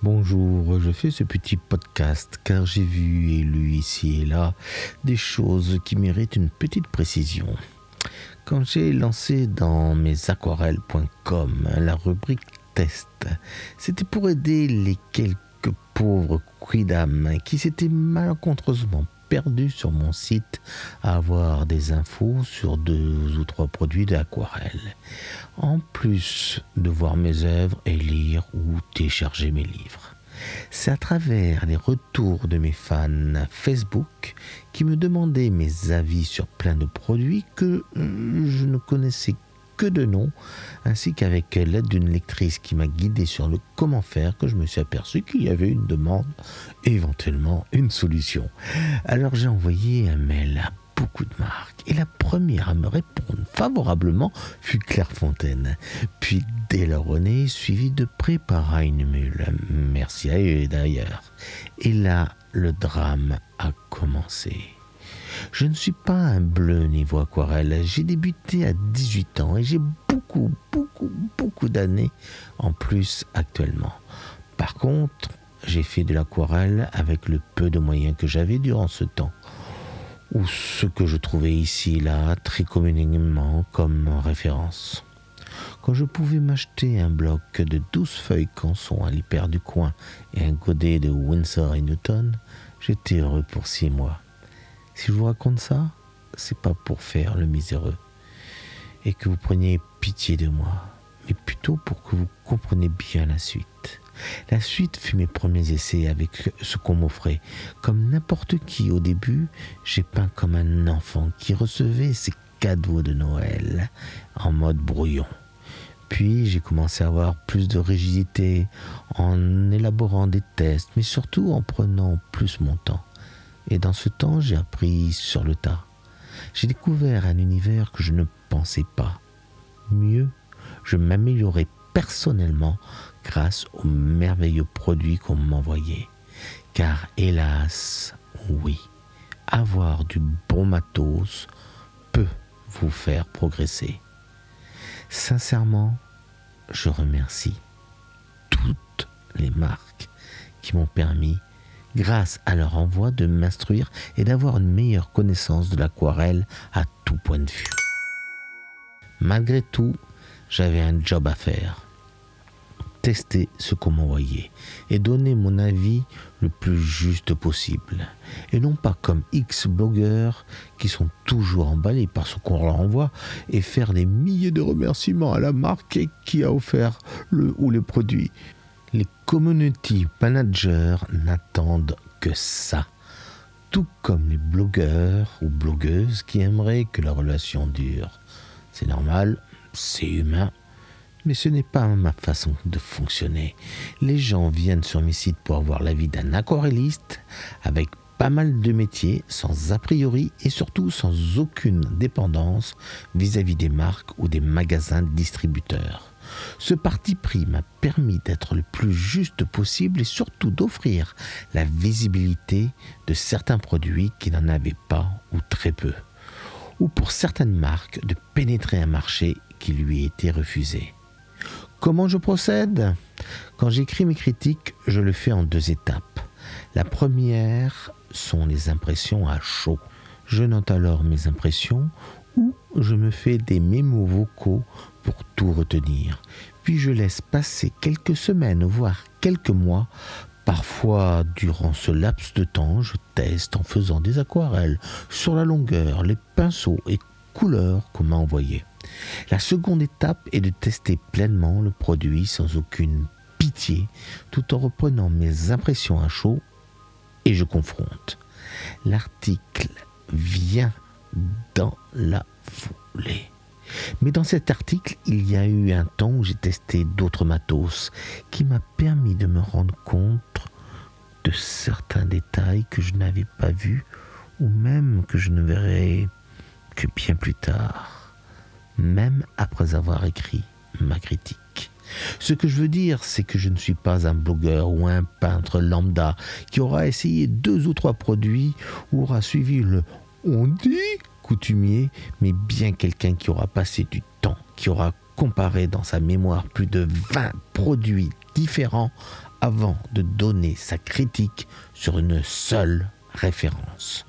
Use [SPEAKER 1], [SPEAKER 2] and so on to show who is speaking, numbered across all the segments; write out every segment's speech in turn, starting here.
[SPEAKER 1] Bonjour, je fais ce petit podcast car j'ai vu et lu ici et là des choses qui méritent une petite précision. Quand j'ai lancé dans mesaquarelles.com la rubrique test, c'était pour aider les quelques pauvres quidam qui s'étaient malencontreusement perdus sur mon site à avoir des infos sur 2 ou 3 produits d'aquarelle, en plus de voir mes œuvres et lire ou télécharger mes livres. C'est à travers les retours de mes fans Facebook qui me demandaient mes avis sur plein de produits que je ne connaissais que de nom, ainsi qu'avec l'aide d'une lectrice qui m'a guidé sur le comment faire, que je me suis aperçu qu'il y avait une demande et éventuellement une solution. Alors j'ai envoyé un mail à beaucoup de marques et la première à me répondre favorablement fut Clairefontaine, puis Delaunay, suivi de près par Heinemühl. Merci à eux d'ailleurs. Et là, le drame a commencé. Je ne suis pas un bleu niveau aquarelle. J'ai débuté à 18 ans et j'ai beaucoup d'années en plus actuellement. Par contre, j'ai fait de l'aquarelle avec le peu de moyens que j'avais durant ce temps, ou ce que je trouvais ici et là très communément comme référence. Quand je pouvais m'acheter un bloc de 12 feuilles canson à l'hyper du coin et un godet de Winsor & Newton, j'étais heureux pour 6 mois. Si je vous raconte ça, c'est pas pour faire le miséreux et que vous preniez pitié de moi, mais plutôt pour que vous compreniez bien la suite. La suite fut mes premiers essais avec ce qu'on m'offrait. Comme n'importe qui au début, j'ai peint comme un enfant qui recevait ses cadeaux de Noël en mode brouillon. Puis j'ai commencé à avoir plus de rigidité en élaborant des tests, mais surtout en prenant plus mon temps. Et dans ce temps, j'ai appris sur le tas. J'ai découvert un univers que je ne pensais pas. Mieux, je m'améliorais personnellement grâce aux merveilleux produits qu'on m'envoyait. Car hélas, oui, avoir du bon matos peut vous faire progresser. Sincèrement, je remercie toutes les marques qui m'ont permis, grâce à leur envoi, de m'instruire et d'avoir une meilleure connaissance de l'aquarelle à tout point de vue. Malgré tout, j'avais un job à faire. Tester ce qu'on m'envoyait et donner mon avis le plus juste possible. Et non pas comme X blogueurs qui sont toujours emballés par ce qu'on leur envoie et faire des milliers de remerciements à la marque qui a offert le ou les produits. Les community managers n'attendent que ça. Tout comme les blogueurs ou blogueuses qui aimeraient que la relation dure. C'est normal, c'est humain. Mais ce n'est pas ma façon de fonctionner. Les gens viennent sur mes sites pour avoir l'avis d'un aquarelliste avec pas mal de métiers, sans a priori et surtout sans aucune dépendance vis-à-vis des marques ou des magasins distributeurs. Ce parti pris m'a permis d'être le plus juste possible et surtout d'offrir la visibilité de certains produits qui n'en avaient pas ou très peu. Ou pour certaines marques de pénétrer un marché qui lui était refusé. Comment je procède ? Quand j'écris mes critiques, je le fais en 2 étapes. La première sont les impressions à chaud. Je note alors mes impressions ou je me fais des mémos vocaux pour tout retenir. Puis je laisse passer quelques semaines, voire quelques mois. Parfois, durant ce laps de temps, je teste en faisant des aquarelles sur la longueur, les pinceaux et couleurs qu'on m'a envoyés. La seconde étape est de tester pleinement le produit sans aucune pitié, tout en reprenant mes impressions à chaud et je confronte. L'article vient dans la foulée. Mais dans cet article, il y a eu un temps où j'ai testé d'autres matos qui m'a permis de me rendre compte de certains détails que je n'avais pas vus ou même que je ne verrai que bien plus tard, même après avoir écrit ma critique. Ce que je veux dire, c'est que je ne suis pas un blogueur ou un peintre lambda qui aura essayé 2 ou 3 produits ou aura suivi le « on dit » coutumier, mais bien quelqu'un qui aura passé du temps, qui aura comparer dans sa mémoire plus de 20 produits différents avant de donner sa critique sur une seule référence.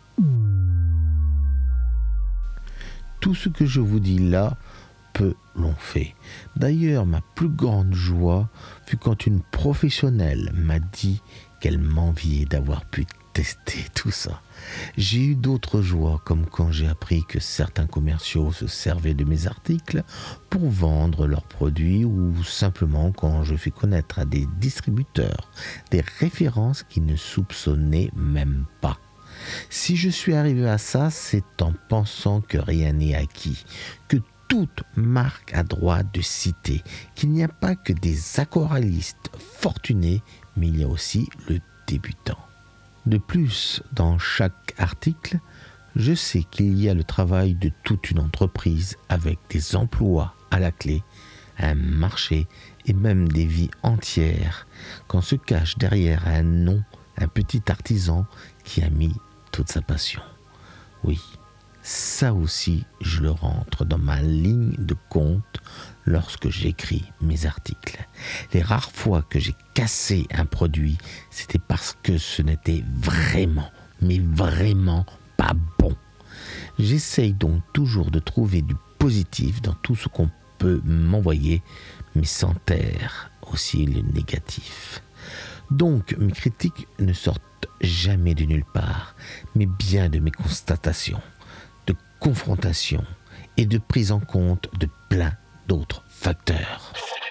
[SPEAKER 1] Tout ce que je vous dis là, peu l'ont fait. D'ailleurs, ma plus grande joie fut quand une professionnelle m'a dit qu'elle m'enviait d'avoir pu tester tout ça. J'ai eu d'autres joies, comme quand j'ai appris que certains commerciaux se servaient de mes articles pour vendre leurs produits, ou simplement quand je fais connaître à des distributeurs des références qu'ils ne soupçonnaient même pas. Si je suis arrivé à ça, c'est en pensant que rien n'est acquis, que toute marque a droit de citer, qu'il n'y a pas que des aquarellistes fortunés, mais il y a aussi le débutant. De plus, dans chaque article, je sais qu'il y a le travail de toute une entreprise avec des emplois à la clé, un marché et même des vies entières, quand se cache derrière un nom un petit artisan qui a mis toute sa passion. Oui, ça aussi, je le rentre dans ma ligne de compte lorsque j'écris mes articles. Les rares fois que j'ai cassé un produit, c'était parce que ce n'était vraiment, mais vraiment pas bon. J'essaye donc toujours de trouver du positif dans tout ce qu'on peut m'envoyer, mais sans taire aussi le négatif. Donc, mes critiques ne sortent jamais de nulle part, mais bien de mes constatations, de confrontations et de prise en compte de plein d'autres facteurs.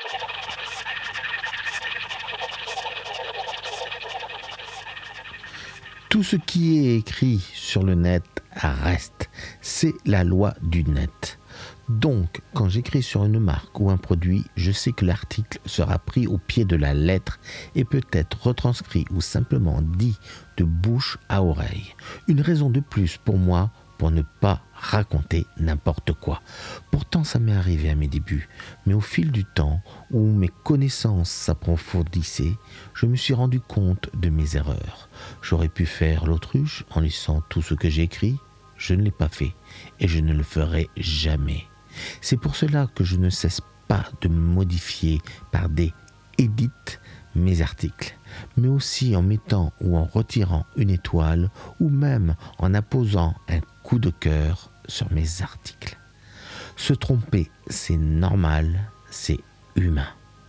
[SPEAKER 1] Tout ce qui est écrit sur le net reste. C'est la loi du net. Donc, quand j'écris sur une marque ou un produit, je sais que l'article sera pris au pied de la lettre et peut être retranscrit ou simplement dit de bouche à oreille. Une raison de plus pour moi pour ne pas raconter n'importe quoi. Pourtant, ça m'est arrivé à mes débuts, mais au fil du temps, où mes connaissances s'approfondissaient, je me suis rendu compte de mes erreurs. J'aurais pu faire l'autruche en laissant tout ce que j'ai écrit. Je ne l'ai pas fait et je ne le ferai jamais. C'est pour cela que je ne cesse pas de modifier par des edits mes articles, mais aussi en mettant ou en retirant une étoile ou même en apposant un coup de cœur sur mes articles. Se tromper, c'est normal, c'est humain.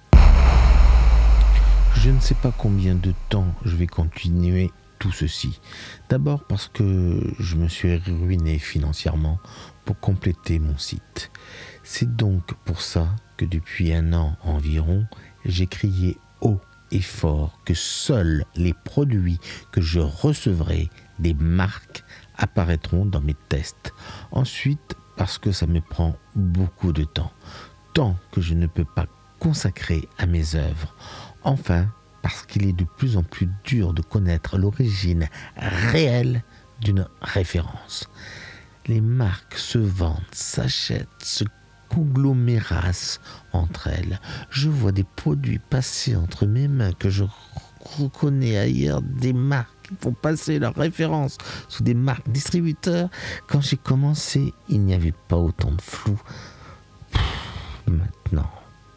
[SPEAKER 1] Je ne sais pas combien de temps je vais continuer tout ceci. D'abord parce que je me suis ruiné financièrement pour compléter mon site. C'est donc pour ça que depuis 1 an environ, j'ai crié haut et fort que seuls les produits que je recevrai des marques apparaîtront dans mes tests. Ensuite, parce que ça me prend beaucoup de temps que je ne peux pas consacrer à mes œuvres. Enfin, parce qu'il est de plus en plus dur de connaître l'origine réelle d'une référence. Les marques se vendent, s'achètent, se congloméracent entre elles. Je vois des produits passer entre mes mains que je reconnais ailleurs, des marques qui font passer leurs références sous des marques distributeurs. Quand j'ai commencé, il n'y avait pas autant de flou. Maintenant,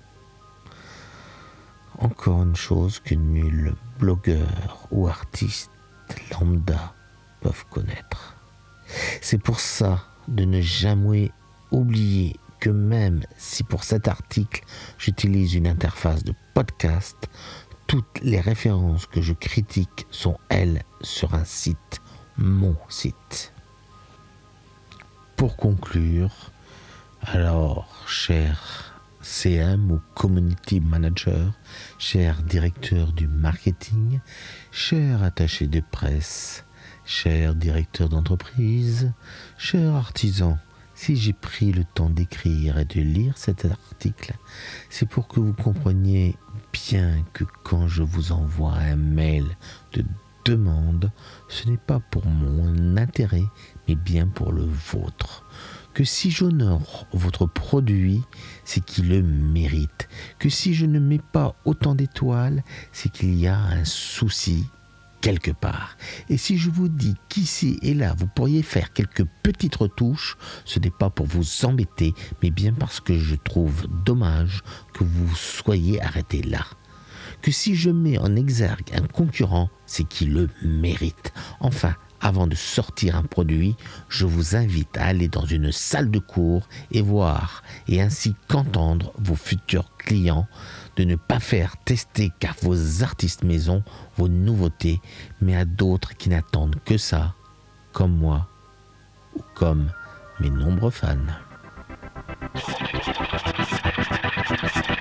[SPEAKER 1] encore une chose que nul blogueur ou artiste lambda peuvent connaître. C'est pour ça de ne jamais oublier que même si pour cet article j'utilise une interface de podcast, toutes les références que je critique sont, elles, sur un site, mon site. Pour conclure, alors, cher CM ou Community Manager, cher directeur du marketing, cher attaché de presse, cher directeur d'entreprise, cher artisan, si j'ai pris le temps d'écrire et de lire cet article, c'est pour que vous compreniez bien que quand je vous envoie un mail de demande, ce n'est pas pour mon intérêt, mais bien pour le vôtre. Que si j'honore votre produit, c'est qu'il le mérite. Que si je ne mets pas autant d'étoiles, c'est qu'il y a un souci quelque part. Et si je vous dis qu'ici et là, vous pourriez faire quelques petites retouches, ce n'est pas pour vous embêter, mais bien parce que je trouve dommage que vous soyez arrêté là. Que si je mets en exergue un concurrent, c'est qu'il le mérite. Enfin, avant de sortir un produit, je vous invite à aller dans une salle de cours et voir, et ainsi qu'entendre vos futurs clients, de ne pas faire tester qu'à vos artistes maison vos nouveautés, mais à d'autres qui n'attendent que ça, comme moi ou comme mes nombreux fans.